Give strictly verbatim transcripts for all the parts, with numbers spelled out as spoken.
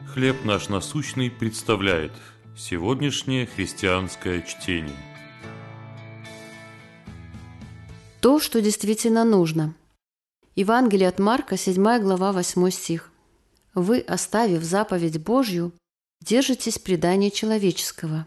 «Хлеб наш насущный» представляет сегодняшнее христианское чтение. То, что действительно нужно. Евангелие от Марка, седьмая глава, восьмой стих. «Вы, оставив заповедь Божью, держитесь предания человеческого».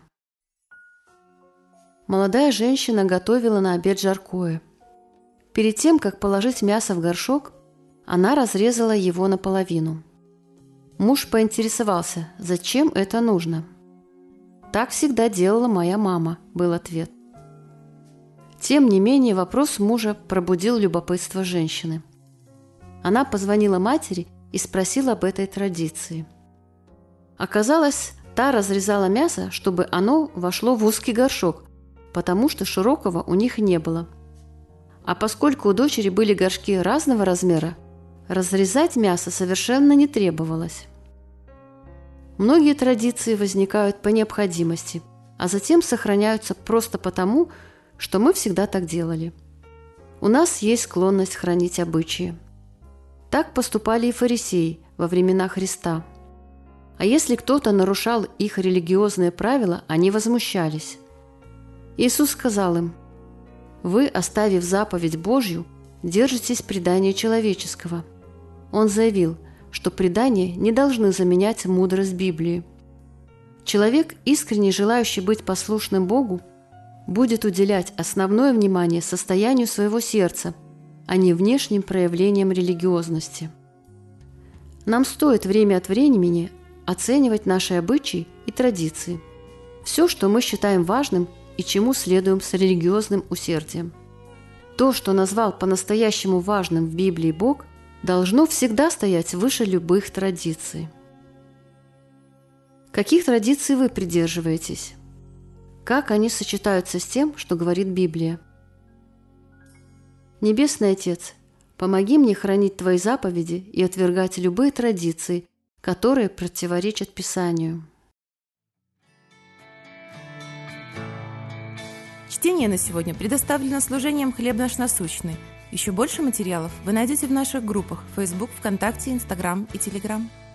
Молодая женщина готовила на обед жаркое. Перед тем, как положить мясо в горшок, она разрезала его наполовину. Муж поинтересовался, зачем это нужно. «Так всегда делала моя мама», – был ответ. Тем не менее, вопрос мужа пробудил любопытство женщины. Она позвонила матери и спросила об этой традиции. Оказалось, та разрезала мясо, чтобы оно вошло в узкий горшок, потому что широкого у них не было. А поскольку у дочери были горшки разного размера, разрезать мясо совершенно не требовалось. Многие традиции возникают по необходимости, а затем сохраняются просто потому, что мы всегда так делали. У нас есть склонность хранить обычаи. Так поступали и фарисеи во времена Христа. А если кто-то нарушал их религиозные правила, они возмущались. Иисус сказал им: «Вы, оставив заповедь Божью, держитесь предания человеческого». Он заявил, что предания не должны заменять мудрость Библии. Человек, искренне желающий быть послушным Богу, будет уделять основное внимание состоянию своего сердца, а не внешним проявлениям религиозности. Нам стоит время от времени оценивать наши обычаи и традиции, все, что мы считаем важным и чему следуем с религиозным усердием. То, что назвал по-настоящему важным в Библии Бог, должно всегда стоять выше любых традиций. Каких традиций вы придерживаетесь? Как они сочетаются с тем, что говорит Библия? Небесный Отец, помоги мне хранить Твои заповеди и отвергать любые традиции, которые противоречат Писанию. Чтение на сегодня предоставлено служением «Хлеб наш насущный». Еще больше материалов вы найдете в наших группах Facebook, ВКонтакте, Instagram и Telegram.